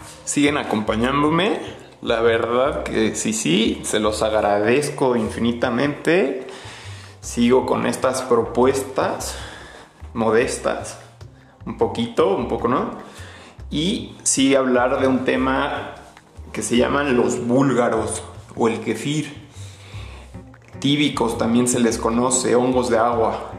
siguen acompañándome. La verdad que sí, se los agradezco infinitamente. Sigo con estas propuestas modestas, un poco, ¿no? Y sí hablar de un tema que se llaman los búlgaros o el kefir. Tíbicos también se les conoce, hongos de agua.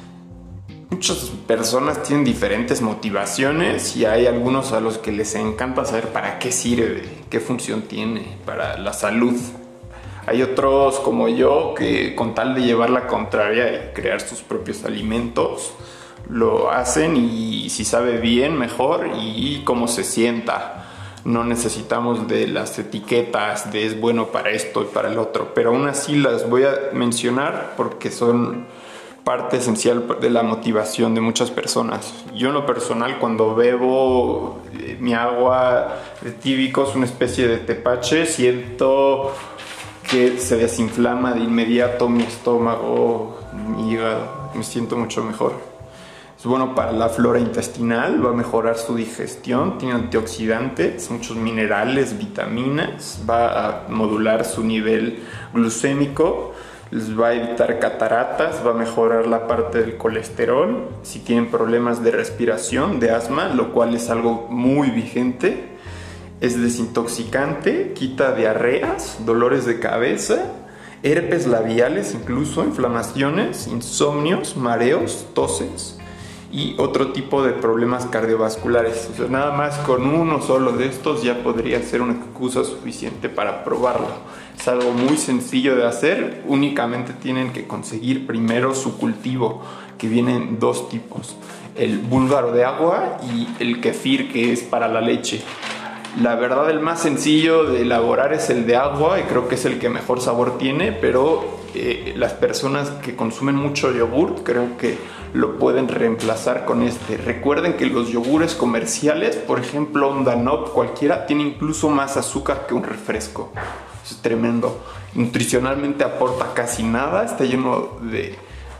Muchas personas tienen diferentes motivaciones y hay algunos a los que les encanta saber para qué sirve, qué función tiene para la salud. Hay otros como yo que con tal de llevar la contraria y crear sus propios alimentos, lo hacen y si sabe bien, mejor y cómo se sienta. No necesitamos de las etiquetas de es bueno para esto y para el otro, pero aún así las voy a mencionar porque son parte esencial de la motivación de muchas personas. Yo en lo personal cuando bebo mi agua de tíbicos, una especie de tepache, siento que se desinflama de inmediato mi estómago, mi hígado, me siento mucho mejor. Es bueno para la flora intestinal, va a mejorar su digestión, tiene antioxidantes, muchos minerales, vitaminas, va a modular su nivel glucémico, les va a evitar cataratas, va a mejorar la parte del colesterol, si tienen problemas de respiración, de asma, lo cual es algo muy vigente. Es desintoxicante, quita diarreas, dolores de cabeza, herpes labiales, incluso inflamaciones, insomnios, mareos, toses y otro tipo de problemas cardiovasculares. O sea, nada más con uno solo de estos ya podría ser una excusa suficiente para probarlo. Es algo muy sencillo de hacer, únicamente tienen que conseguir primero su cultivo, que vienen dos tipos, el búlgaro de agua y el kefir, que es para la leche. La verdad, el más sencillo de elaborar es el de agua y creo que es el que mejor sabor tiene, pero las personas que consumen mucho yogur creo que lo pueden reemplazar con este. Recuerden que los yogures comerciales, por ejemplo un Danone cualquiera, tiene incluso más azúcar que un refresco. Es tremendo. Nutricionalmente aporta casi nada, está lleno de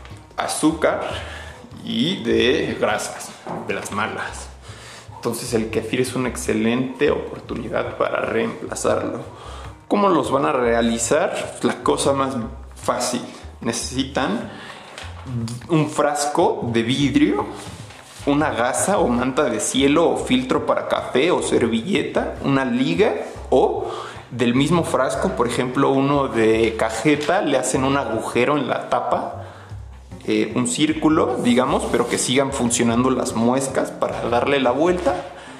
azúcar y de grasas, de las malas. Entonces el kefir es una excelente oportunidad para reemplazarlo. ¿Cómo los van a realizar? La cosa más fácil. Necesitan un frasco de vidrio, una gasa o manta de cielo o filtro para café o servilleta, una liga o del mismo frasco, por ejemplo uno de cajeta, le hacen un agujero en la tapa, un círculo, digamos, pero que sigan funcionando las muescas para darle la vuelta.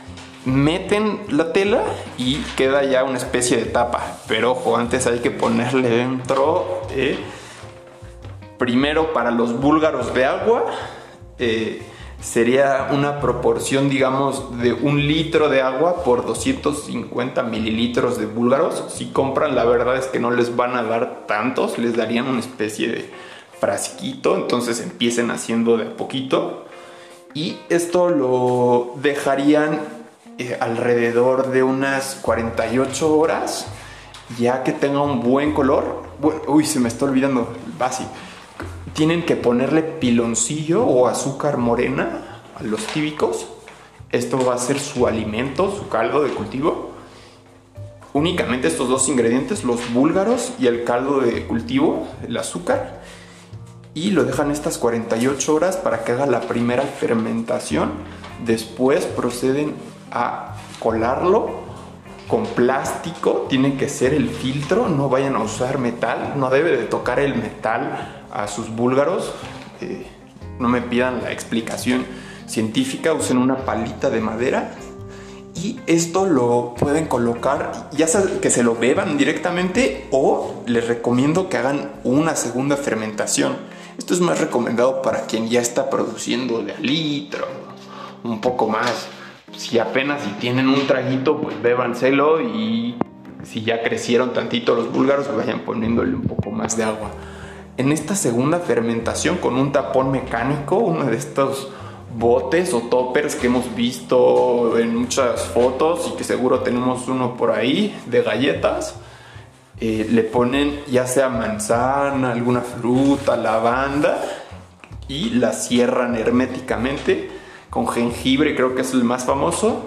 Meten la tela y queda ya una especie de tapa. Pero ojo, antes hay que ponerle dentro, primero para los búlgaros de agua, sería una proporción, digamos, de 1 litro de agua por 250 mililitros de búlgaros. Si compran, la verdad es que no les van a dar tantos, les darían una especie de frasquito, entonces empiecen haciendo de a poquito y esto lo dejarían alrededor de unas 48 horas, ya que tenga un buen color. Bueno, uy, se me está olvidando el básico. Tienen que ponerle piloncillo o azúcar morena a los tíbicos. Esto va a ser su alimento, su caldo de cultivo. Únicamente estos dos ingredientes, los búlgaros y el caldo de cultivo, el azúcar. Y lo dejan estas 48 horas para que haga la primera fermentación. Después proceden a colarlo con plástico. Tiene que ser el filtro, no vayan a usar metal, no debe de tocar el metal a sus búlgaros. No me pidan la explicación científica, usen una palita de madera. Y esto lo pueden colocar, ya sea que se lo beban directamente o les recomiendo que hagan una segunda fermentación. Esto es más recomendado para quien ya está produciendo de a litro, un poco más. Si apenas si tienen un traguito, pues bébanselo, y si ya crecieron tantito los búlgaros, vayan poniéndole un poco más de agua. En esta segunda fermentación, con un tapón mecánico, uno de estos botes o toppers que hemos visto en muchas fotos y que seguro tenemos uno por ahí, de galletas, le ponen ya sea manzana, alguna fruta, lavanda, y la cierran herméticamente con jengibre, creo que es el más famoso,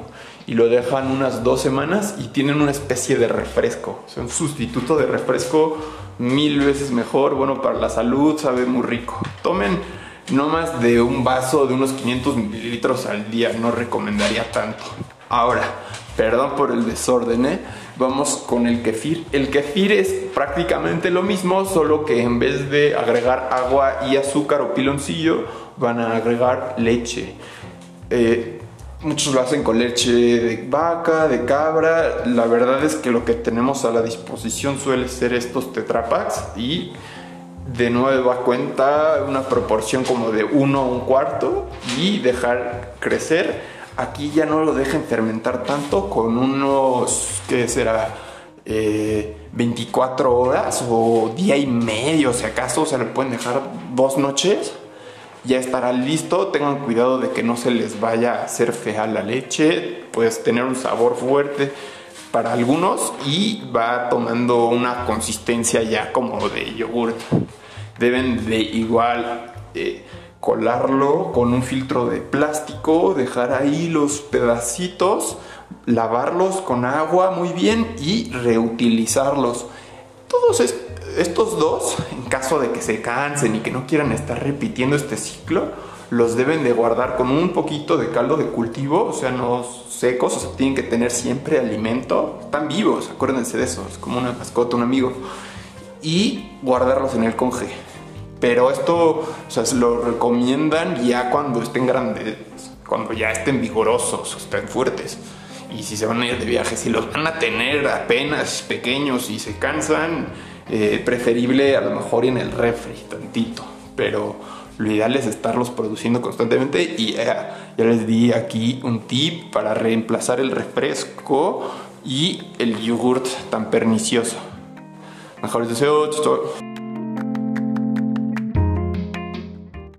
y lo dejan unas 2 semanas y tienen una especie de refresco. O sea, un sustituto de refresco 1000 veces mejor, bueno para la salud, sabe muy rico. Tomen no más de un vaso de unos 500 mililitros al día, no recomendaría tanto. Ahora, perdón por el desorden, vamos con el kefir. El kefir es prácticamente lo mismo, solo que en vez de agregar agua y azúcar o piloncillo, van a agregar leche. Muchos lo hacen con leche de vaca, de cabra. La verdad es que lo que tenemos a la disposición suele ser estos Tetra Paks y de nueva cuenta una proporción como de 1 a 1/4 y dejar crecer. Aquí ya no lo dejen fermentar tanto, con unos, ¿qué será? 24 horas o día y medio, si acaso, o sea, le pueden dejar 2 noches. Ya estará listo. Tengan cuidado de que no se les vaya a hacer fea la leche, pues tener un sabor fuerte para algunos y va tomando una consistencia ya como de yogurt. Deben de igual colarlo con un filtro de plástico, dejar ahí los pedacitos, lavarlos con agua muy bien y reutilizarlos. Todos estos dos, en caso de que se cansen y que no quieran estar repitiendo este ciclo, los deben de guardar con un poquito de caldo de cultivo, o sea, no secos, o sea, tienen que tener siempre alimento. Están vivos, acuérdense de eso, es como una mascota, un amigo. Y guardarlos en el conge. Pero esto, o sea, se lo recomiendan ya cuando estén grandes, cuando ya estén vigorosos, estén fuertes. Y si se van a ir de viaje, si los van a tener apenas pequeños y se cansan, preferible a lo mejor en el refri tantito, pero lo ideal es estarlos produciendo constantemente. Y ya les di aquí un tip para reemplazar el refresco y el yogurt tan pernicioso. Mejores deseos, chau.